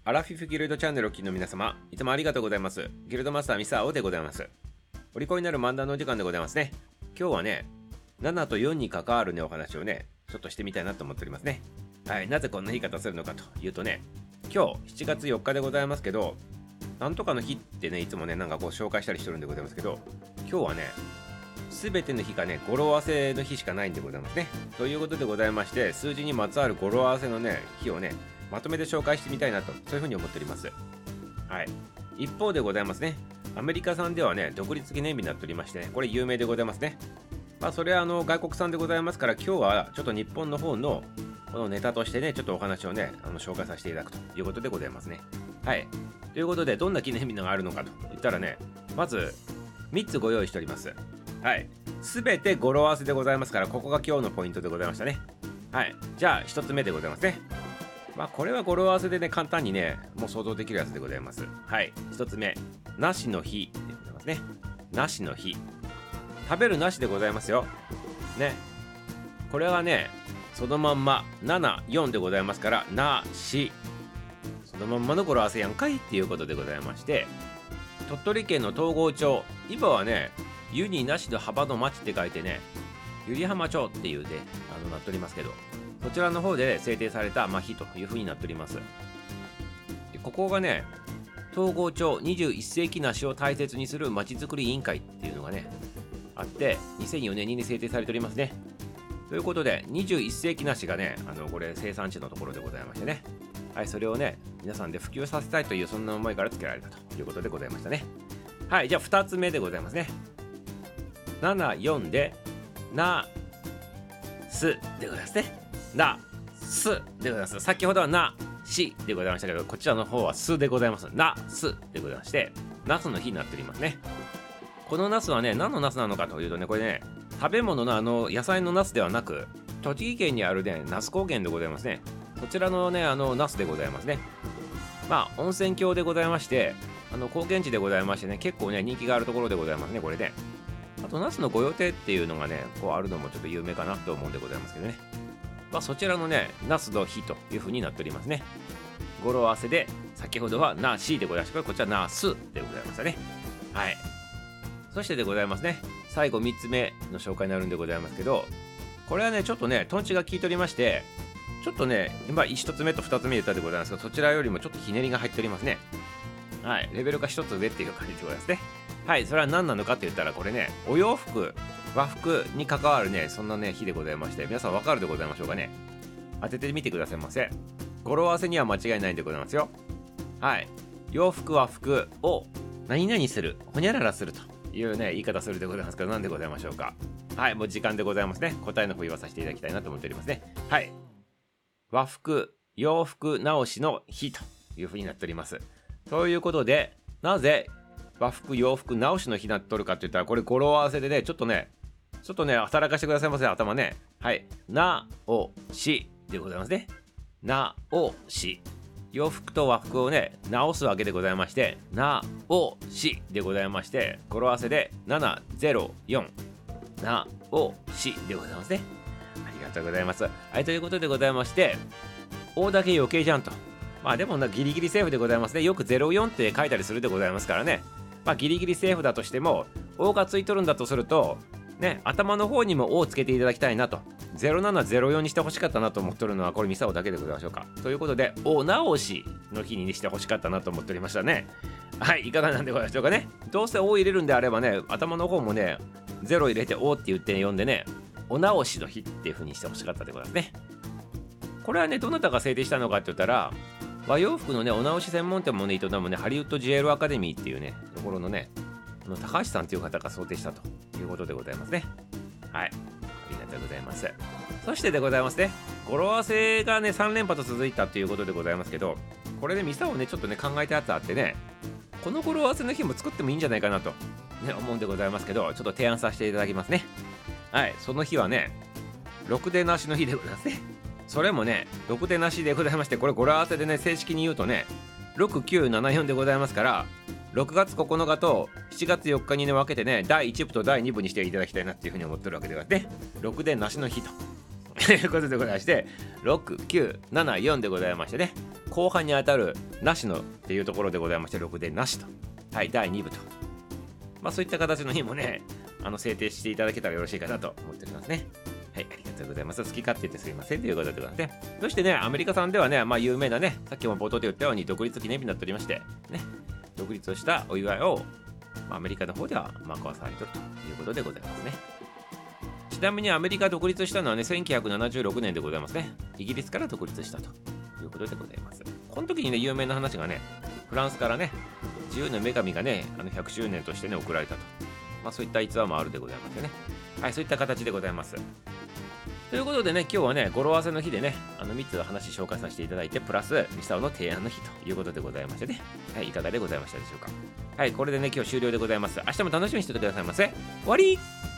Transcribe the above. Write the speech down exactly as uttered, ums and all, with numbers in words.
アラフィフギルドチャンネルをお聞きの皆様、いつもありがとうございます。ギルドマスターミサーオでございます。お利口になる漫談のお時間でございますね。今日はね、ななとよんに関わるねお話をね、ちょっとしてみたいなと思っておりますね。はい、なぜこんな言い方するのかというとね、今日しちがつよっかでございますけど、なんとかの日ってね、いつもね、なんかこう紹介したりしてるんでございますけど、今日はね、すべての日がね、語呂合わせの日しかないんでございますね。ということでございまして、数字にまつわる語呂合わせのね、日をね、まとめて紹介してみたいなと、そういうふうに思っております。はい。一方でございますね、アメリカ産ではね、独立記念日になっておりまして、ね、これ有名でございますね。まあ、それはあの外国産でございますから、今日はちょっと日本の方のこのネタとしてね、ちょっとお話をね、あの紹介させていただくということでございますね。はい。ということで、どんな記念日があるのかといったらね、まずみっつご用意しております。はい。すべて語呂合わせでございますから、ここが今日のポイントでございましたね。はい。じゃあ、ひとつめでございますね。まあ、これは語呂合わせでね、簡単にね、もう想像できるやつでございます。はい。ひとつめ、なしの日でございますね。なしの日。食べるなしでございますよ。ね。これはね、そのまんま、なな、よんでございますから、なし。そのまんまの語呂合わせやんかいっていうことでございまして、鳥取県の東郷町、今はね、湯になしの幅の町って書いてね、湯梨浜町っていうで、あの、なっておりますけど、そちらの方で制定された、まあ、日というふうになっております。でここがね、東郷町にじゅういっ世紀梨を大切にするまちづくり委員会っていうのがね、あって、にせんよねんに、ね、制定されておりますね。ということで、にじゅういっ世紀梨がね、あの、これ生産地のところでございましてね、はい、それをね、皆さんで普及させたいという、そんな思いから付けられたということでございましたね。はい、じゃあふたつめでございますね。なな、よんで、な、すでございますね。な、すでございます。先ほどはな、しでございましたけど、こちらの方はすでございます。な、すでございまして、ナスの日になっておりますね。このナスはね、何のナスなのかというとね、これね、食べ物のあの野菜のナスではなく、栃木県にあるね、那須高原でございますね。こちらのね、あのナスでございますね。まあ、温泉郷でございまして、あの高原地でございましてね、結構ね、人気があるところでございますね、これね。あと、ナスの御用邸っていうのがね、こうあるのもちょっと有名かなと思うんでございますけどね。まあ、そちらのね、ナスの日という風になっておりますね。語呂合わせで、先ほどはなしでございましたが、こちらなすでございましたね。はい。そしてでございますね、最後みっつめの紹介になるんでございますけど、これはね、ちょっとね、トンチが効いておりまして、ちょっとね、今ひとつめとふたつめ言ったでございますが、そちらよりもちょっとひねりが入っておりますね。はい。レベルがひとつ上っていう感じでございますね。はい。それは何なのかって言ったら、これね、お洋服、和服に関わるね、そんなね、日でございまして、皆さんわかるでございましょうかね。当ててみてくださいませ。語呂合わせには間違いないんでございますよ。はい。洋服和服を何々する、ほにゃららするというね、言い方するでございますけど、何でございましょうか。はい。もう時間でございますね。答えの方言わさせていただきたいなと思っておりますね。はい。和服、洋服直しの日というふうになっております。ということで、なぜ和服、洋服直しの日になっとるかって言ったら、これ語呂合わせでね、ちょっとね、ちょっとね、働かしてくださいませ、頭ね。はい。なおしでございますね。なおし。洋服と和服をね、直すわけでございまして、なおしでございまして、語呂合わせでななぜろよん。なおしでございますね。ありがとうございます。はい、ということでございまして、Oだけ余計じゃんと。まあでもな、ギリギリセーフでございますね。よくゼロよんって書いたりするでございますからね。まあギリギリセーフだとしても、O がついとるんだとすると、ね、頭の方にも O をつけていただきたいなと。ゼロななゼロよんにしてほしかったなと思ってるのは、これミサオだけでございましょうか。ということで、O 直しの日にしてほしかったなと思っておりましたね。はい、いかがなんでございましょうかね。どうせ O 入れるんであればね、頭の方もね、ゼロ入れて O って言って読んでね、お直しの日っていう風にしてほしかったでございますね。これはね、どなたが制定したのかって言ったら、和洋服のね、お直し専門店もね、営むね、ハリウッド ジェイエル アカデミーっていうね、ところのね、あの高橋さんという方が想定したということでございますね。はい。ありがとうございます。そしてでございますね、語呂合わせがね、さん連覇と続いたということでございますけど、これでミサをね、ちょっとね、考えたやつあってね、この語呂合わせの日も作ってもいいんじゃないかなと、ね、思うんでございますけど、ちょっと提案させていただきますね。はい。その日はね、ろくでなしの日でございますね。それもね、ろくでなしでございまして、これ語呂合わせでね、正式に言うとね、ろくきゅうななよんでございますから、ろくがつここのかとしちがつよっかにね、分けてね、だいいち部とだいに部にしていただきたいなっていうふうに思ってるわけではね、ろくでなしの日とということでございまして、ろく、きゅう、なな、よんでございましてね、後半に当たるなしのっていうところでございまして、ろくでなしと。はい、だいに部と。まあそういった形の日もね、あの制定していただけたらよろしいかなと思っておりますね。はい、ありがとうございます。好き勝手言ってすいませんということでございますね。そしてね、アメリカ産ではね、まあ有名なね、さっきも冒頭で言ったように独立記念日になっておりまして、ね、独立をしたお祝いを、まあ、アメリカの方ではまあ交わされているということでございますね。ちなみにアメリカ独立したのはね、せんきゅうひゃくななじゅうろくねんでございますね。イギリスから独立したということでございます。この時にね、有名な話がね、フランスからね、自由の女神がね、あのひゃくしゅうねんとしてね、贈られたと。まあそういった逸話もあるでございますよね。はい、そういった形でございます。ということでね、今日はね、語呂合わせの日でね、あのみっつの話紹介させていただいて、プラス、ミサオの提案の日ということでございましてね。はい、いかがでございましたでしょうか。はい、これでね、今日終了でございます。明日も楽しみにしててくださいませ。終わり。